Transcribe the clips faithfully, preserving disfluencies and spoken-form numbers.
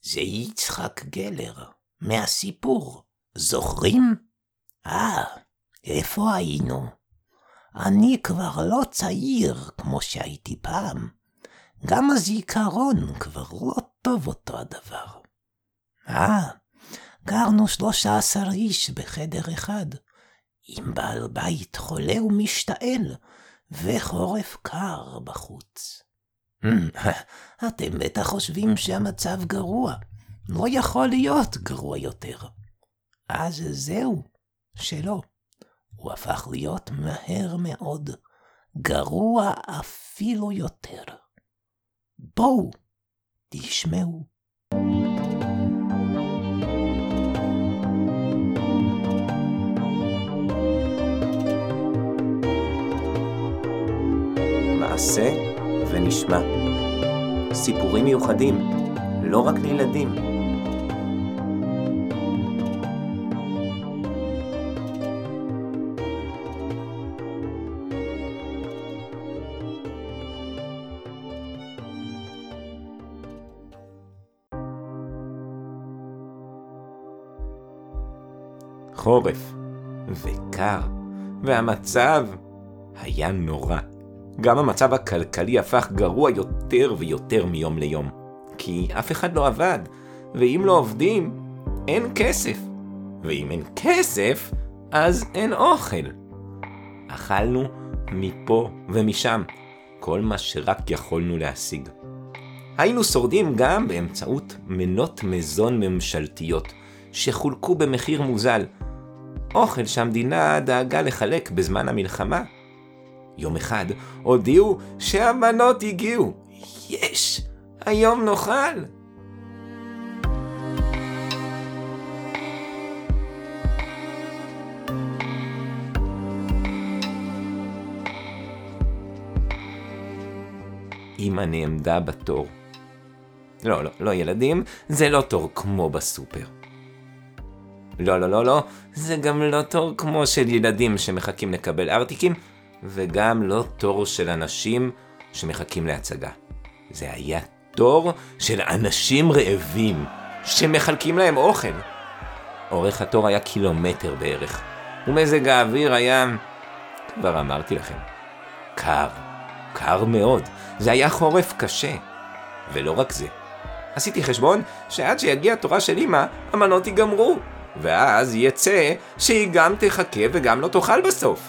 זה יצחק גלר, מהסיפור. זוכרים? אה, איפה היינו? אני כבר לא צעיר כמו שהייתי פעם. גם הזיכרון כבר לא טוב אותו הדבר. אה, גרנו שלושה עשר איש בחדר אחד, עם בעל בית חולה ומשתעל, וחורף קר בחוץ. אתם בטח חושבים שהמצב גרוע. לא יכול להיות גרוע יותר. אז זהו, שלא. הוא הפך להיות מהר מאוד, גרוע אפילו יותר. בואו, תשמעו. מעשה ונשמע. סיפורים מיוחדים, לא רק לילדים. חורף וקר, והמצב היה נורא. גם המצב הכלכלי הפך גרוע יותר ויותר מיום ליום, כי אף אחד לא עבד, ואם לא עובדים, אין כסף, ואם אין כסף, אז אין אוכל. אכלנו מפה ומשם, כל מה שרק יכולנו להשיג. היינו שורדים גם באמצעות מנות מזון ממשלתיות, שחולקו במחיר מוזל, אוכל שהמדינה דאגה לחלק בזמן המלחמה. יום אחד הודיעו שהמנות הגיעו. יש! היום נאכל! אמא נעמדה בתור. לא, לא, לא ילדים, זה לא תור כמו בסופר. לא, לא, לא, לא, זה גם לא תור כמו של ילדים שמחכים לקבל ארטיקים, וגם לא תור של אנשים שמחכים להצגה. זה היה תור של אנשים רעבים שמחלקים להם אוכל. אורך התור היה קילומטר בערך, ומזג האוויר היה, כבר אמרתי לכם, קר, קר מאוד. זה היה חורף קשה. ולא רק זה, עשיתי חשבון שעד שיגיע תורה של אמא, המנות ייגמרו, ואז יצא שהיא גם תחכה וגם לא תאכל בסוף.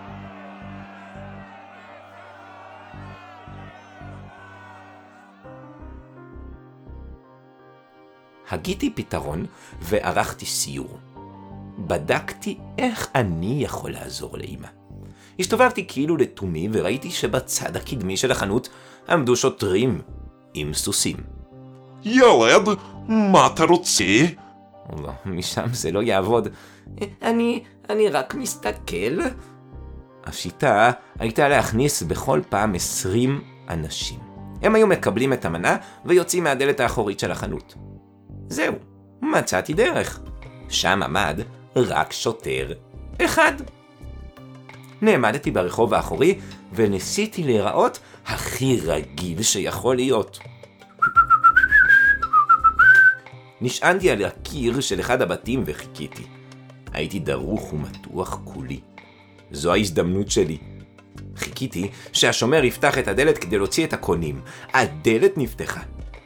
הגיתי פתרון וערכתי סיור. בדקתי איך אני יכול לעזור לאמא. הסתובבתי כאילו לתומי וראיתי שבצד הקדמי של החנות עמדו שוטרים עם סוסים. ילד, מה אתה רוצה? לא, משם זה לא יעבוד. אני, אני רק מסתכל. השיטה הייתה להכניס בכל פעם עשרים אנשים. הם היו מקבלים את המנה ויוצאים מהדלת האחורית של החנות. זהו, מצאתי דרך. שם עמד רק שוטר אחד. נעמדתי ברחוב האחורי וניסיתי להיראות הכי רגיל שיכול להיות. נשענתי על הקיר של אחד הבתים וחיכיתי. הייתי דרוך ומתוח כולי. זו ההזדמנות שלי. חיכיתי שהשומר יפתח את הדלת כדי להוציא את הקונים. הדלת נפתחה.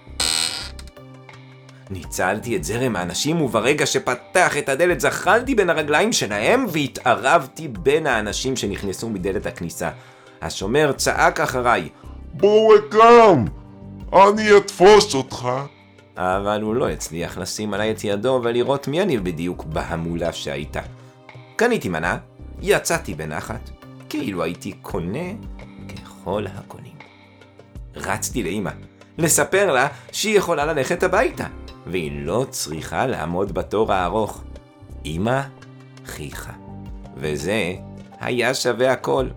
ניצלתי את זרם האנשים, וברגע שפתח את הדלת זחלתי בין הרגליים שלהם והתערבתי בין האנשים שנכנסו מדלת הכניסה. השומר צעק אחריי, בואו גם, אני אתפוס אותך. אבל הוא לא הצליח לשים עליי את ידו ולראות מי אני בדיוק בהמולה שהייתה. קניתי מנה, יצאתי בנחת, כאילו הייתי קונה ככל הקונים. רצתי לאמא, לספר לה שהיא יכולה ללכת הביתה, והיא לא צריכה לעמוד בתור הארוך. אמא חייכה, וזה היה שווה הכל.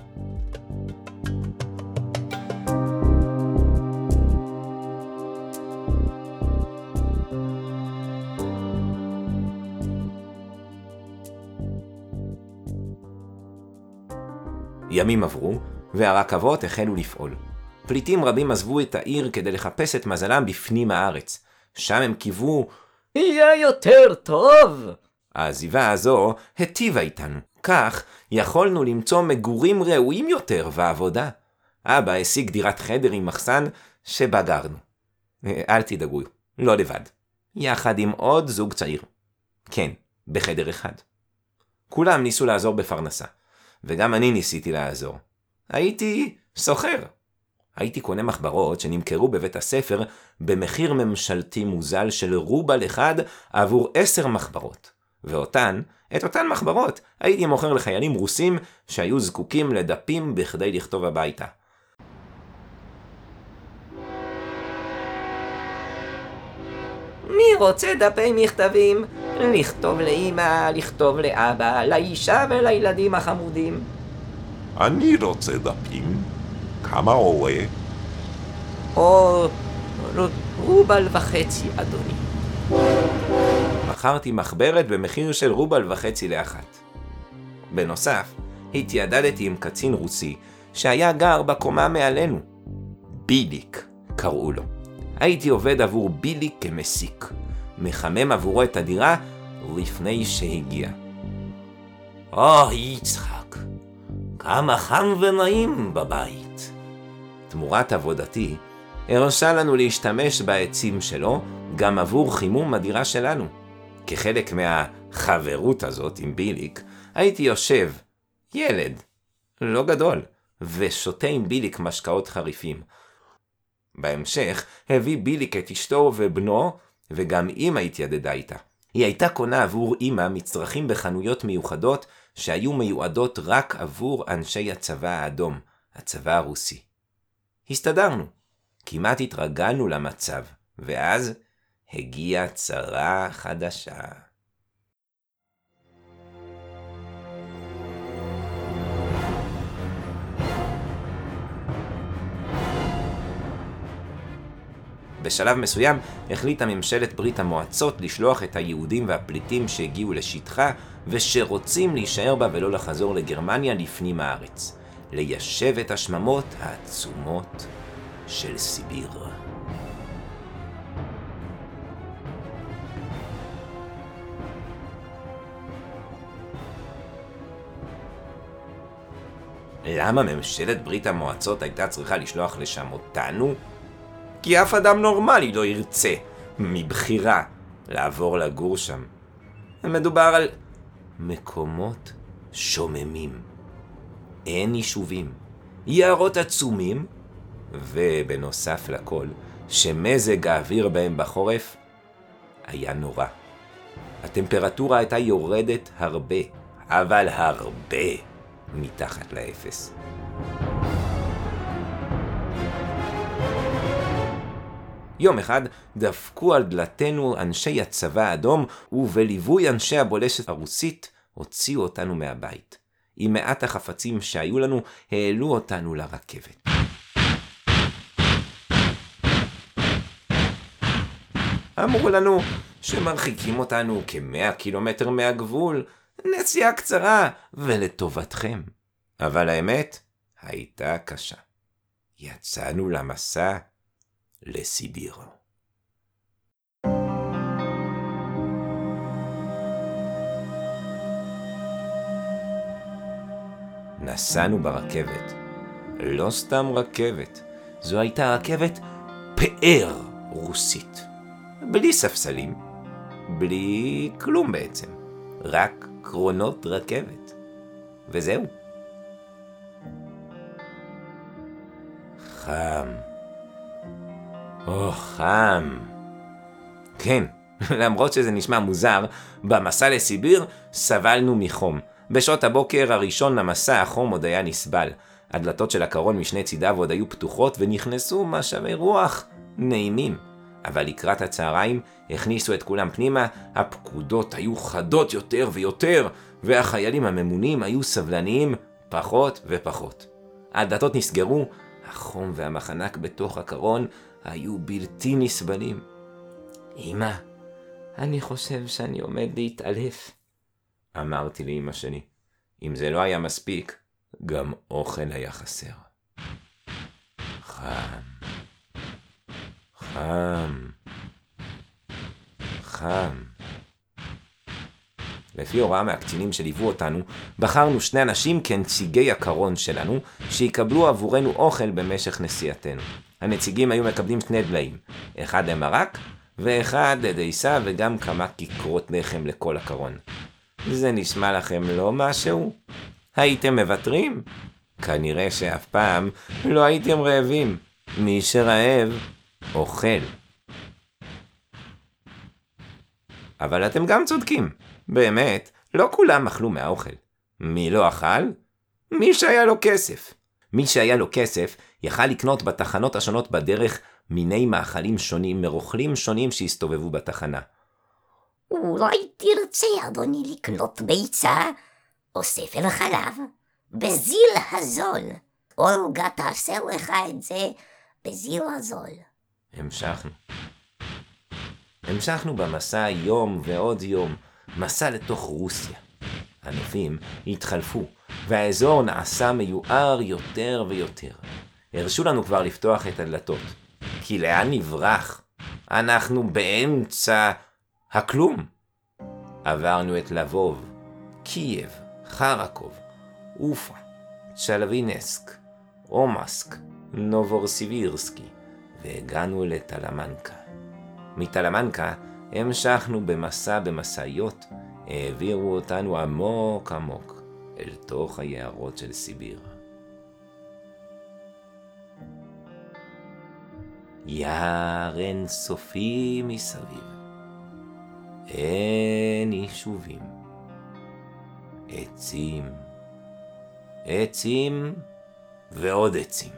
ימים עברו, והרכבות החלו לפעול. פליטים רבים עזבו את העיר כדי לחפש את מזלם בפנים הארץ. שם הם קיוו, יהיה יותר טוב. העזיבה הזו היטיבה איתנו. כך יכולנו למצוא מגורים ראויים יותר ועבודה. אבא השיג דירת חדר עם מחסן שבה גרנו. אל תדאגו, לא לבד. יחד עם עוד זוג צעיר. כן, בחדר אחד. כולם ניסו לעזור בפרנסה, וגם אני ניסיתי לעזור. הייתי סוחר. הייתי קונה מחברות שנמכרו בבית הספר במחיר ממשלתי מוזל של רובל אחד עבור עשר מחברות. ואותן, את אותן מחברות, הייתי מוכר לחיילים רוסים שהיו זקוקים לדפים בכדי לכתוב הביתה. מי רוצה דפי מכתבים? לכתוב לאמא, לכתוב לאבא, לאישה ולילדים החמודים. אני רוצה דפים. כמה עולה? או ר- רובל וחצי, אדוני. מכרתי מחברת במחיר של רובל וחצי לאחת. בנוסף, התיידדתי עם קצין רוסי שהיה גר בקומה מעלינו. ביליק קראו לו. הייתי עובד עבור ביליק כמסיק, מחמם עבורו את הדירה לפני שהגיע. או, יצחק, כמה חם ונעים בבית. תמורת עבודתי, הרשה לנו להשתמש בעצים שלו גם עבור חימום הדירה שלנו. כחלק מהחברות הזאת עם ביליק, הייתי יושב, ילד, לא גדול, ושותה עם ביליק משקאות חריפים. בהמשך הביא ביליק את אשתו ובנו, וגם אמא התיידדה איתה. היא הייתה קונה עבור אמא מצרכים בחנויות מיוחדות שהיו מיועדות רק עבור אנשי הצבא האדום, הצבא הרוסי. הסתדרנו, כמעט התרגלנו למצב, ואז הגיעה צרה חדשה. בשלב מסוים החליטה ממשלת ברית המועצות לשלוח את היהודים והפליטים שהגיעו לשטחה ושרוצים להישאר בה ולא לחזור לגרמניה לפנים הארץ, ליישב את השממות העצומות של סיביר. למה ממשלת ברית המועצות הייתה צריכה לשלוח לשם אותנו? כי אף אדם נורמלי לא ירצה, מבחירה, לעבור לגור שם. מדובר על מקומות שוממים. אין יישובים, יערות עצומים, ובנוסף לכל, שמזג האוויר בהם בחורף היה נורא. הטמפרטורה הייתה יורדת הרבה, אבל הרבה מתחת לאפס. יום אחד דפקו על דלתנו אנשי הצבא האדום, ובליווי אנשי הבולשת הרוסית הוציאו אותנו מהבית. עם מעט החפצים שהיו לנו, העלו אותנו לרכבת. אמרו לנו שמרחיקים אותנו כמאה קילומטר מהגבול, נסיעה קצרה ולטובתכם. אבל האמת הייתה קשה. יצאנו למסע לסיביר. נסענו ברכבת. לא סתם רכבת, זו הייתה רכבת פאר רוסית. בלי ספסלים, בלי כלום בעצם. רק קרונות רכבת. וזהו. חם. או, חם. כן, למרות שזה נשמע מוזר, במסע לסיביר סבלנו מחום. בשעות הבוקר הראשון למסע החום עוד היה נסבל. הדלתות של הקרון משני צידיו עוד היו פתוחות ונכנסו משבי רוח נעימים. אבל לקראת הצהריים הכניסו את כולם פנימה, הפקודות היו חדות יותר ויותר, והחיילים הממונים היו סבלניים פחות ופחות. הדלתות נסגרו, החום והמחנק בתוך הקרון היו בלתי נסבלים. אמא, אני חושב שאני עומד להתעלף. אמרתי לאמא שלי, אם זה לא היה מספיק, גם אוכל היה חסר. חם, חם, חם. לפי הוראה מהקצינים שליוו אותנו, בחרנו שני אנשים כנציגי הקרון שלנו, שיקבלו עבורנו אוכל במשך נסיעתנו. הנציגים היו מקבלים שני דליים, אחד למרק, ואחד לדייסה וגם כמה כיכרות לחם לכל הקרון. זה נשמע לכם לא משהו? הייתם מוותרים? כנראה שאף פעם לא הייתם רעבים. מי שרעב, אוכל. אבל אתם גם צודקים. באמת, לא כולם אכלו מהאוכל. מי לא אכל? מי שהיה לו כסף. מי שהיה לו כסף יכל לקנות בתחנות השונות בדרך מיני מאכלים שונים מרוכלים שונים שהסתובבו בתחנה. אולי תרצה, אדוני, לקנות ביצה או ספל חלב בזיל הזול. אולגה תעשה לך את זה בזיל הזול. המשכנו. המשכנו במסע יום ועוד יום, מסע לתוך רוסיה. הנופים התחלפו, והאזור נעשה מיוער יותר ויותר. הרשו לנו כבר לפתוח את הדלתות. כי לאן נברח? אנחנו באמצע הכלום. עברנו את לבוב, קייב, חרקוב, אופה, צ'לווינסק, אומסק, נובורסיבירסקי, והגענו לטלמנקה. מטלמנקה המשכנו במסע במסעיות, העבירו אותנו עמוק עמוק אל תוך היערות של סיביר. יער אין סופי מסביב, אין יישובים, עצים, עצים ועוד עצים.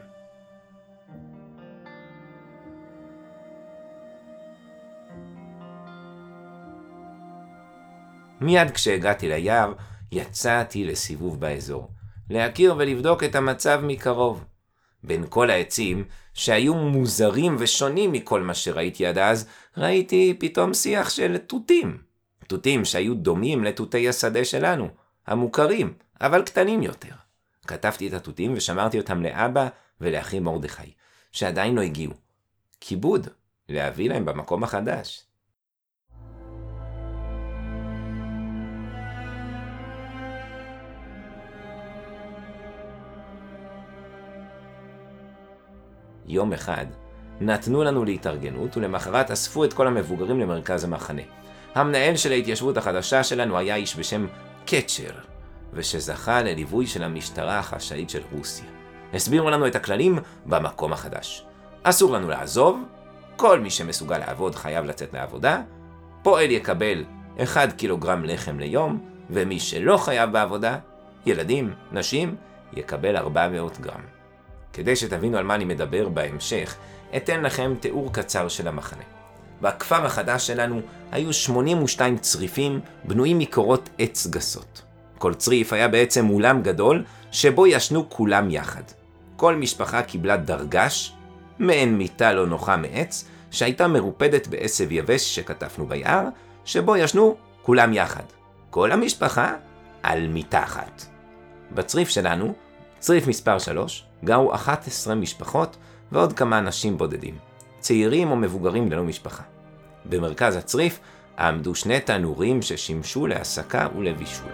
מיד כשהגעתי ליער, יצאתי לסיבוב באזור, להכיר ולבדוק את המצב מקרוב. בין כל העצים, שהיו מוזרים ושונים מכל מה שראיתי עד אז, ראיתי פתאום שיח של תותים. תותים שהיו דומים לתותי השדה שלנו, המוכרים, אבל קטנים יותר. כתבתי את התותים ושמרתי אותם לאבא ולאחי מרדכי, שעדיין לא הגיעו. כיבוד, להביא להם במקום החדש. יום אחד נתנו לנו להתארגנות, ולמחרת אספו את כל המבוגרים למרכז המחנה. המנהל של ההתיישבות החדשה שלנו היה איש בשם קצ'ר, ושזכה לליווי של המשטרה החשאית של רוסיה. הסבירו לנו את הכללים במקום החדש. אסור לנו לעזוב, כל מי שמסוגל לעבוד חייב לצאת לעבודה, פועל יקבל אחד קילוגרם לחם ליום, ומי שלא חייב בעבודה, ילדים, נשים, יקבל ארבע מאות גרם. כדי שתבינו על מה אני מדבר בהמשך, אתן לכם תיאור קצר של המחנה. בכפר החדש שלנו היו שמונים ושתיים צריפים בנויים מקורות עץ גסות. כל צריף היה בעצם אולם גדול שבו ישנו כולם יחד. כל משפחה קיבלה דרגש, מעין מיטה לא נוחה מעץ, שהייתה מרופדת בעשב יבש שכתפנו ביער, שבו ישנו כולם יחד. כל המשפחה על מיטה אחת. בצריף שלנו, צריף מספר שלוש, גרו אחת עשרה משפחות ועוד כמה אנשים בודדים, צעירים או מבוגרים ללא משפחה. במרכז הצריף עמדו שני תנורים ששימשו להסקה ולבישול.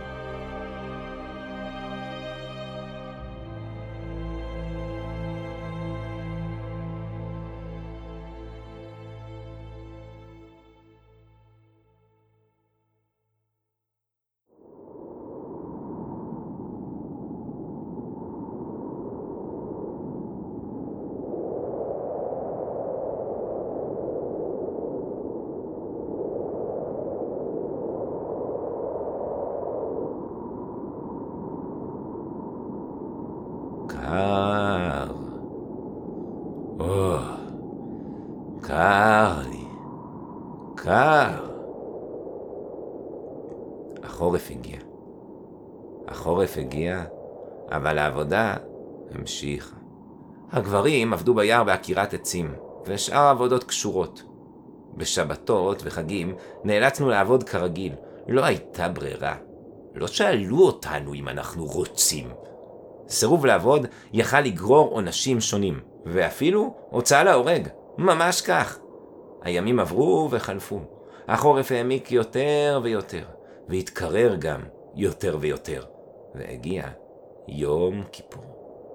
קר. או, קר לי. קר. החורף הגיע. החורף הגיע, אבל העבודה המשיכה. הגברים עבדו ביער בעקירת עצים, ושאר העבודות קשורות. בשבתות וחגים נאלצנו לעבוד כרגיל. לא הייתה ברירה. לא שאלו אותנו אם אנחנו רוצים. סירוב לעבוד יכל לגרור עונשים שונים, ואפילו הוצאה להורג, ממש כך. הימים עברו וחלפו. החורף העמיק יותר ויותר, והתקרר גם יותר ויותר, והגיע יום כיפור.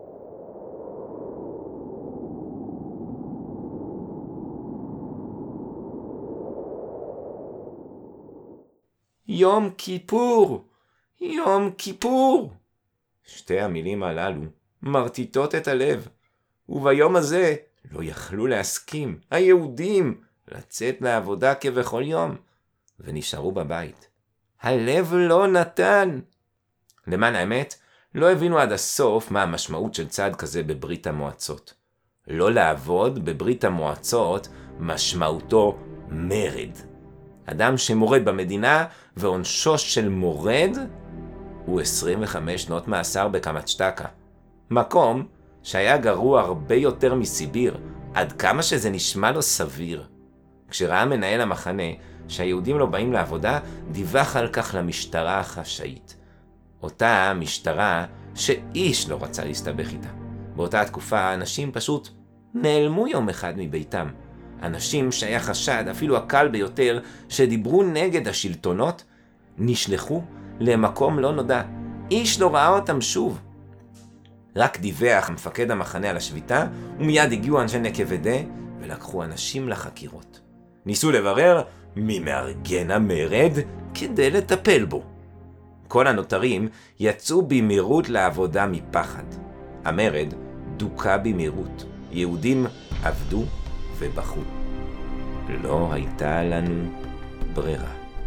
יום כיפור! יום כיפור! שתי המילים הללו מרטיטות את הלב, וביום הזה לא יכלו להסכים היהודים לצאת לעבודה כבכל יום, ונשארו בבית. הלב לא נתן. למען האמת, לא הבינו עד הסוף מה המשמעות של צעד כזה בברית המועצות. לא לעבוד בברית המועצות משמעותו מרד. אדם שמורד במדינה ועונשו של מורד הוא עשרים וחמש שנות מאסר בקמצ'טקה. מקום שהיה גרוע הרבה יותר מסיביר, עד כמה שזה נשמע לו סביר. כשראה מנהל המחנה שהיהודים לא באים לעבודה, דיווח על כך למשטרה החשאית. אותה משטרה שאיש לא רצה להסתבך איתה. באותה התקופה האנשים פשוט נעלמו יום אחד מביתם. אנשים שהיה חשד, אפילו הקל ביותר, שדיברו נגד השלטונות, נשלחו למקום לא נודע. איש לא ראה אותם שוב. רק דיווח מפקד המחנה על השביתה, ומיד הגיעו אנשי נקב"ד ולקחו אנשים לחקירות. ניסו לברר מי מארגן המרד כדי לטפל בו. כל הנותרים יצאו במהירות לעבודה מפחד. המרד דוקה במהירות. יהודים עבדו ובכו. לא הייתה לנו ברירה.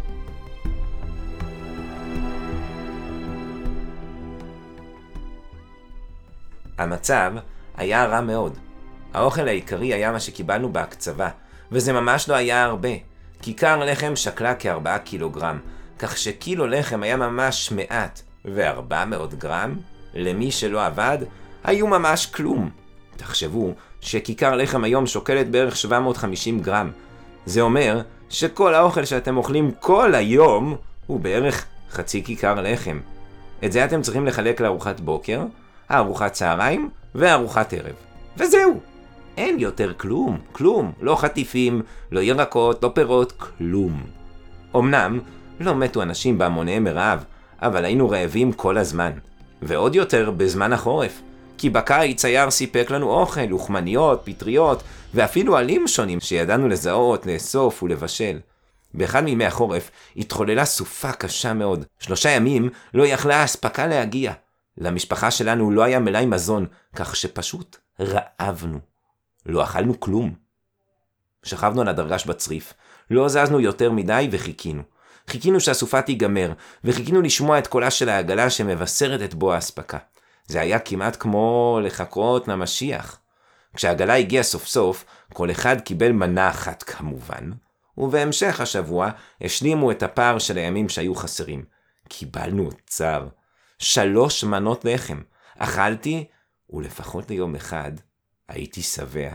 המצב היה רע מאוד. האוכל העיקרי היה מה שקיבלנו בהקצבה, וזה ממש לא היה הרבה. כיכר לחם שקלה כארבעה קילוגרם, כך שקילו לחם היה ממש מעט, וארבע מאות גרם, למי שלא עבד, היו ממש כלום. תחשבו שכיכר לחם היום שוקלת בערך שבע מאות וחמישים גרם. זה אומר שכל האוכל שאתם אוכלים כל היום הוא בערך חצי כיכר לחם. את זה אתם צריכים לחלק לארוחת בוקר, ארוחת צהריים וארוחת ערב. וזהו. אין יותר כלום, כלום. לא חטיפים, לא ירקות, לא פירות, כלום. אמנם לא מתו אנשים בהמוניהם מרעב, אבל היינו רעבים כל הזמן. ועוד יותר בזמן החורף. כי בקיץ היער סיפק לנו אוכל, לוחמניות, פטריות, ואפילו עלים שונים שידענו לזהות, לאסוף ולבשל. באחד מימי החורף התחוללה סופה קשה מאוד. שלושה ימים לא יכלה האספקה להגיע. למשפחה שלנו לא היה מלאי מזון, כך שפשוט רעבנו. לא אכלנו כלום. שכבנו על הדרגש בצריף, לא זזנו יותר מדי וחיכינו. חיכינו שהסופה תיגמר, וחיכינו לשמוע את קולה של העגלה שמבשרת את בוא האספקה. זה היה כמעט כמו לחכות למשיח. כשהעגלה הגיעה סוף סוף, כל אחד קיבל מנה אחת כמובן, ובהמשך השבוע השלימו את הפער של הימים שהיו חסרים. קיבלנו אוצר. שלוש מנות לחם. אכלתי, ולפחות ליום אחד הייתי שבע.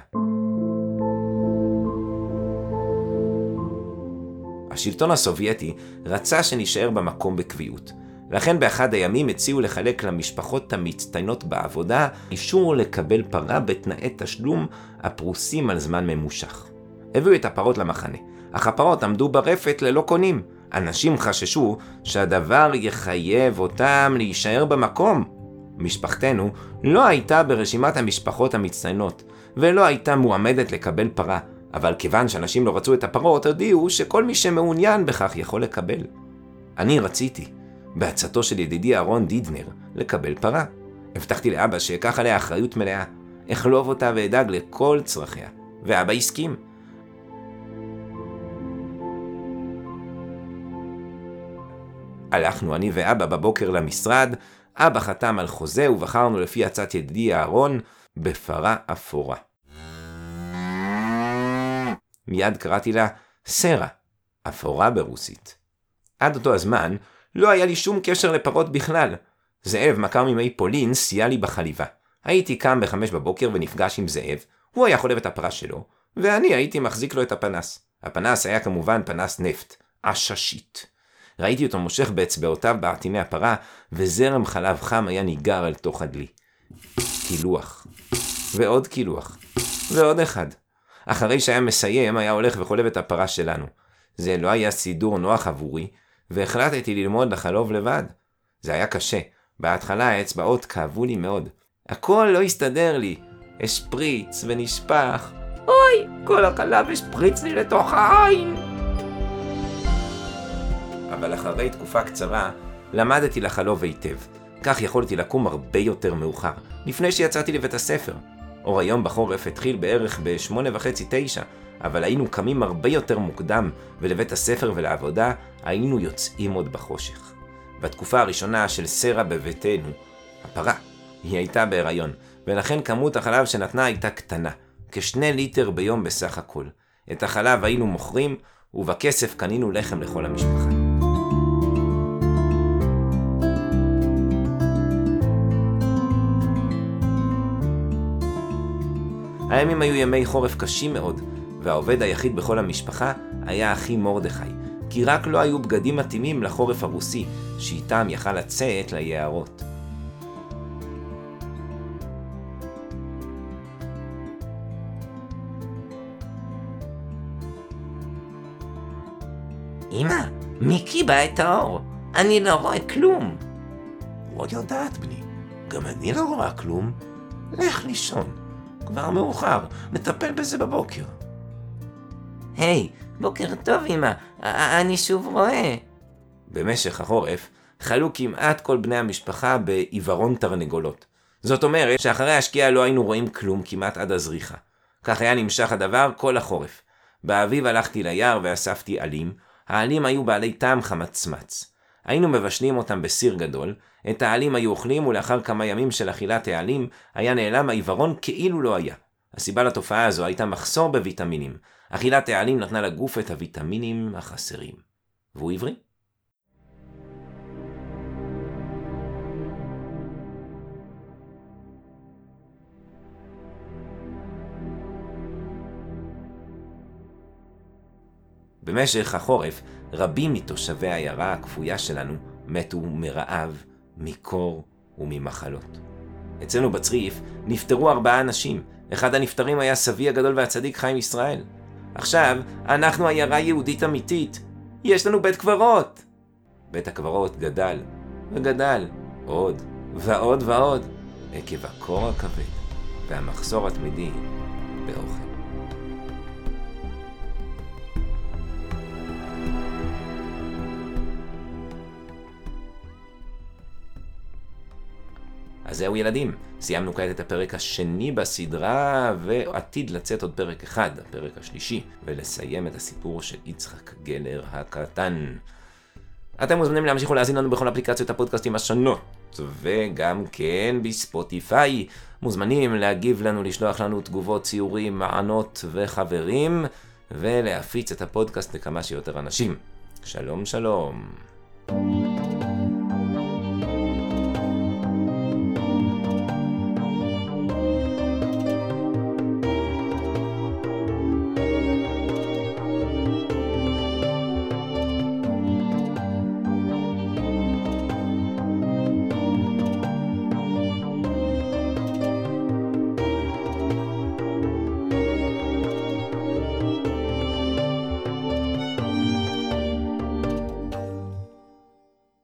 השלטון הסובייטי רצה שנשאר במקום בקביעות. לכן באחד הימים הציעו לחלק למשפחות המצטיינות בעבודה אישור לקבל פרה בתנאי תשלום הפרוסים על זמן ממושך. הביאו את הפרות למחנה, אך הפרות עמדו ברפת ללא קונים. אנשים חששו שהדבר יחייב אותם להישאר במקום. משפחתנו לא הייתה ברשימת המשפחות המצטיינות, ולא הייתה מועמדת לקבל פרה, אבל כיוון שאנשים לא רצו את הפרות, הודיעו שכל מי שמעוניין בכך יכול לקבל. אני רציתי, בעצתו של ידידי אהרון דידנר, לקבל פרה. הבטחתי לאבא שיקח עליה אחריות מלאה, אחלוב אותה ואדאג לכל צרכיה, ואבא הסכים. הלכנו אני ואבא בבוקר למשרד, אבא חתם על חוזה ובחרנו לפי הצעת ידידי אהרון בפרה אפורה. מיד קראתי לה סרה, אפורה ברוסית. עד אותו הזמן לא היה לי שום קשר לפרות בכלל. זאב, מכר ממי פולין, סייע לי בחליבה. הייתי קם בחמש בבוקר ונפגש עם זאב, הוא היה חולב את הפרה שלו, ואני הייתי מחזיק לו את הפנס. הפנס היה כמובן פנס נפט, עששית. ראיתי אותו מושך באצבעותיו בעטיני הפרה, וזרם חלב חם היה ניגר אל תוך הדלי. קילוח. ועוד קילוח. ועוד אחד. אחרי שהיה מסיים, היה הולך וחולב את הפרה שלנו. זה לא היה סידור נוח עבורי, והחלטתי ללמוד לחלוב לבד. זה היה קשה. בהתחלה האצבעות כאבו לי מאוד. הכל לא הסתדר לי. השפריץ ונשפך. אוי, כל החלב השפריץ לי לתוך העין. אבל אחרי תקופה קצרה, למדתי לחלוב היטב. כך יכולתי לקום הרבה יותר מאוחר, לפני שיצאתי לבית הספר. אור היום בחורף התחיל בערך בשמונה וחצי תשע, אבל היינו קמים הרבה יותר מוקדם, ולבית הספר ולעבודה היינו יוצאים עוד בחושך. בתקופה הראשונה של סרה בביתנו, הפרה, היא הייתה בהיריון, ולכן כמות החלב שנתנה הייתה קטנה, כשני ליטר ביום בסך הכל. את החלב היינו מוכרים, ובכסף קנינו לחם לכל המשפחה. הימים היו ימי חורף קשים מאוד, והעובד היחיד בכל המשפחה היה אחי מרדכי, כי רק לא היו בגדים מתאימים לחורף הרוסי, שאיתם יכל לצאת ליערות. אמא, מי קיבע את האור? אני לא רואה כלום. לא יודעת, בני. גם אני לא רואה כלום. לך לישון. כבר מאוחר, נטפל בזה בבוקר. היי, בוקר טוב אמא, אני שוב רואה. במשך החורף חלו כמעט כל בני המשפחה בעיוורון תרנגולות. זאת אומרת שאחרי השקיעה לא היינו רואים כלום כמעט עד הזריחה. כך היה נמשך הדבר כל החורף. באביב הלכתי ליער ואספתי עלים. העלים היו בעלי טעם חמצמץ. היינו מבשלים אותם בסיר גדול, את העלים היו אוכלים ולאחר כמה ימים של אכילת העלים היה נעלם העיוורון כאילו לא היה. הסיבה לתופעה הזו הייתה מחסור בוויטמינים. אכילת העלים נתנה לגוף את הוויטמינים החסרים. והוא עברי. במשך החורף, רבים מתושבי העיירה הכפויה שלנו מתו מרעב, מקור וממחלות. אצלנו בצריף נפטרו ארבעה אנשים. אחד הנפטרים היה סבי הגדול והצדיק חיים ישראל. עכשיו, אנחנו עיירה יהודית אמיתית. יש לנו בית קברות. בית הקברות גדל וגדל עוד ועוד ועוד, עקב הקור הכבד והמחסור התמידי באוכל. אז זהו ילדים, סיימנו כעת את הפרק השני בסדרה, ועתיד לצאת עוד פרק אחד, הפרק השלישי, ולסיים את הסיפור של יצחק גלר הקטן. אתם מוזמנים להמשיך ולהאזין לנו בכל אפליקציות הפודקאסטים השונות, וגם כן בספוטיפיי. מוזמנים להגיב לנו, לשלוח לנו תגובות, ציורים, מענות וחברים, ולהפיץ את הפודקאסט לכמה שיותר אנשים. שלום שלום.